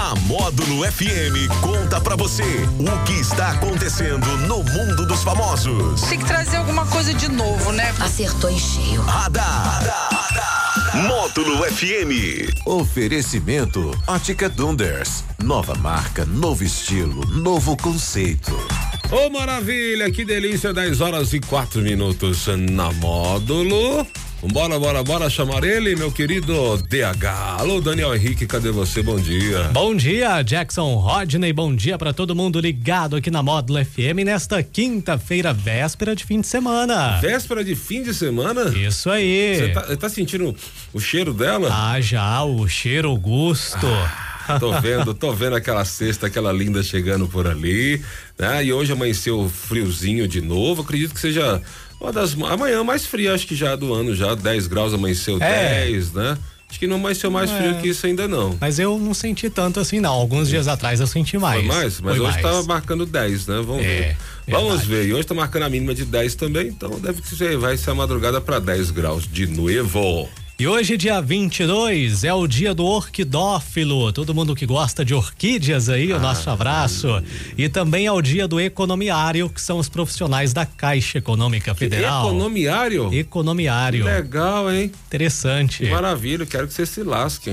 A Módulo FM conta pra você o que está acontecendo no mundo dos famosos. Tem que trazer alguma coisa de novo, né? Acertou em cheio. Radar. Módulo FM. Oferecimento Ótica Dunders. Nova marca, novo estilo, novo conceito. Ô, maravilha, que delícia, 10h04 na Módulo. Bora chamar ele, meu querido DH. Alô, Daniel Henrique, cadê você? Bom dia. Bom dia, Jackson Rodney, bom dia pra todo mundo ligado aqui na Módulo FM nesta quinta-feira, véspera de fim de semana. Véspera de fim de semana? Isso aí. Você tá sentindo o cheiro dela? Ah, já, o cheiro, o gosto. Tô vendo aquela cesta, aquela linda chegando por ali, né? E hoje amanheceu friozinho de novo, acredito que seja amanhã mais fria, acho que já do ano, já 10 graus amanheceu 10, né? Acho que não amanheceu mais frio que isso ainda não. Mas eu não senti tanto assim não, alguns dias atrás eu senti mais. Foi mais? Mas hoje tá marcando 10, né? Vamos ver. Vamos ver, e hoje tá marcando a mínima de 10 também, então vai ser a madrugada para 10 graus de novo. E hoje, dia 22, é o dia do orquidófilo. Todo mundo que gosta de orquídeas aí, o nosso abraço. E também é o dia do economiário, que são os profissionais da Caixa Econômica Federal. Economiário? Economiário. Legal, hein? Interessante. Que maravilha, quero que você se lasque.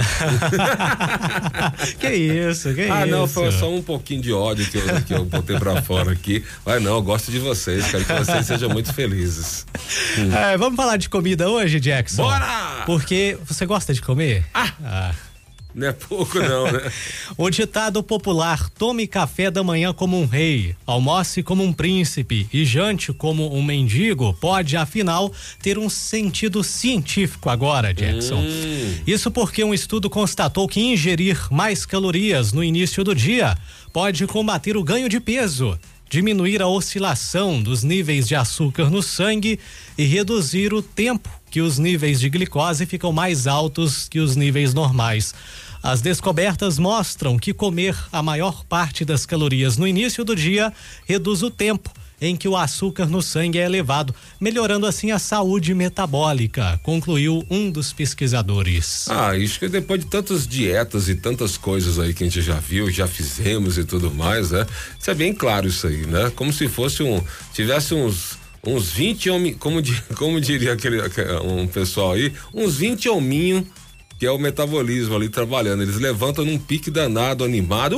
Que isso. Não, foi só um pouquinho de ódio que eu botei pra fora aqui. Mas não, eu gosto de vocês, quero que vocês sejam muito felizes. Vamos falar de comida hoje, Jackson? Bora! Porque você gosta de comer? Não é pouco não, né? O ditado popular: tome café da manhã como um rei, almoce como um príncipe e jante como um mendigo, pode afinal ter um sentido científico agora, Jackson. Isso porque um estudo constatou que ingerir mais calorias no início do dia pode combater o ganho de peso, diminuir a oscilação dos níveis de açúcar no sangue e reduzir o tempo que os níveis de glicose ficam mais altos que os níveis normais. As descobertas mostram que comer a maior parte das calorias no início do dia reduz o tempo em que o açúcar no sangue é elevado, melhorando assim a saúde metabólica, concluiu um dos pesquisadores. Isso que depois de tantas dietas e tantas coisas aí que a gente já viu, já fizemos e tudo mais, né? Isso é bem claro isso aí, né? Como se fosse tivesse uns 20 homens, como diria um pessoal aí, uns 20 hominhos, que é o metabolismo ali trabalhando. Eles levantam num pique danado, animado,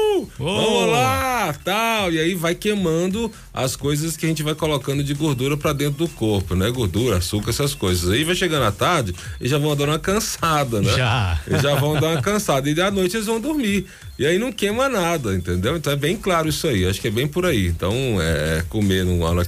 vamos lá, tal, e aí vai queimando as coisas que a gente vai colocando de gordura pra dentro do corpo, né? Gordura, açúcar, essas coisas. Aí vai chegando à tarde e já vão dar uma cansada, né? Já vão dar uma cansada e à noite eles vão dormir. E aí não queima nada, entendeu? Então é bem claro isso aí, acho que é bem por aí. Então comer na hora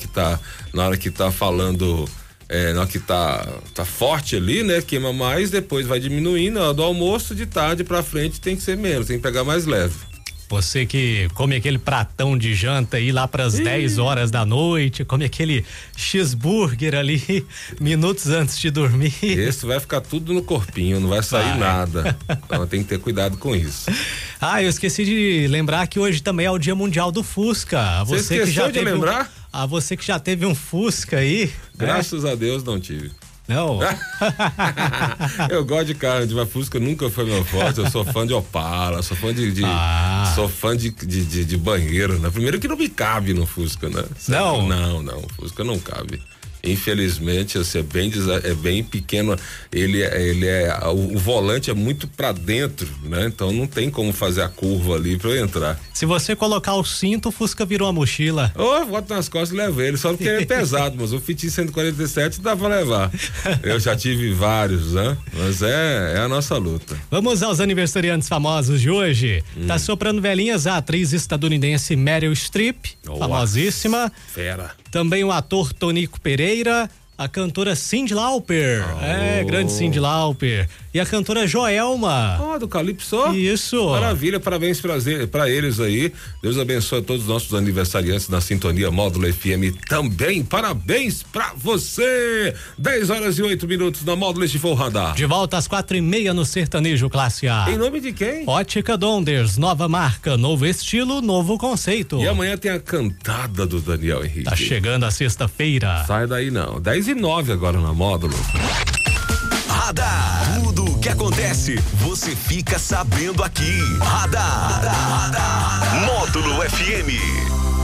que tá falando, na hora que tá forte ali, né? Queima mais, depois vai diminuindo, do almoço de tarde pra frente tem que ser menos, tem que pegar mais leve. Você que come aquele pratão de janta aí lá pras 10 horas da noite, come aquele cheeseburger ali minutos antes de dormir. Esse vai ficar tudo no corpinho, não vai sair nada. Então tem que ter cuidado com isso. Eu esqueci de lembrar que hoje também é o Dia Mundial do Fusca. Você esqueceu de lembrar? Você que já teve um Fusca aí. Graças a Deus não tive. Não. Eu gosto de carro, mas Fusca nunca foi meu forte. Eu sou fã de Opala, sou fã sou fã de banheiro, né? Primeiro que não me cabe no Fusca, né? Não, Fusca não cabe. Infelizmente, assim, é bem pequeno. O volante é muito pra dentro, né? Então não tem como fazer a curva ali pra eu entrar. Se você colocar o cinto, o Fusca virou uma mochila. Eu boto nas costas e levo ele, só porque ele é pesado, mas o Fit 147 dá pra levar. Eu já tive vários, né? Mas é a nossa luta. Vamos aos aniversariantes famosos de hoje. Tá soprando velhinhas a atriz estadunidense Meryl Streep, famosíssima. Fera. Também o ator Tonico Pereira, a cantora Cyndi Lauper, grande Cyndi Lauper, e a cantora Joelma. Do Calypso? Isso. Maravilha, parabéns pra eles aí. Deus abençoe a todos os nossos aniversariantes na sintonia Módulo FM também. Parabéns pra você. 10h08 na Módulo, este foi o Radar. De volta às 4h30 no Sertanejo Classe A. Em nome de quem? Ótica Donders, nova marca, novo estilo, novo conceito. E amanhã tem a cantada do Daniel Henrique. Tá chegando a sexta-feira. Sai daí não. 10h09 agora na Módulo. Radar. Tudo o que acontece, você fica sabendo aqui. Radar. Módulo FM.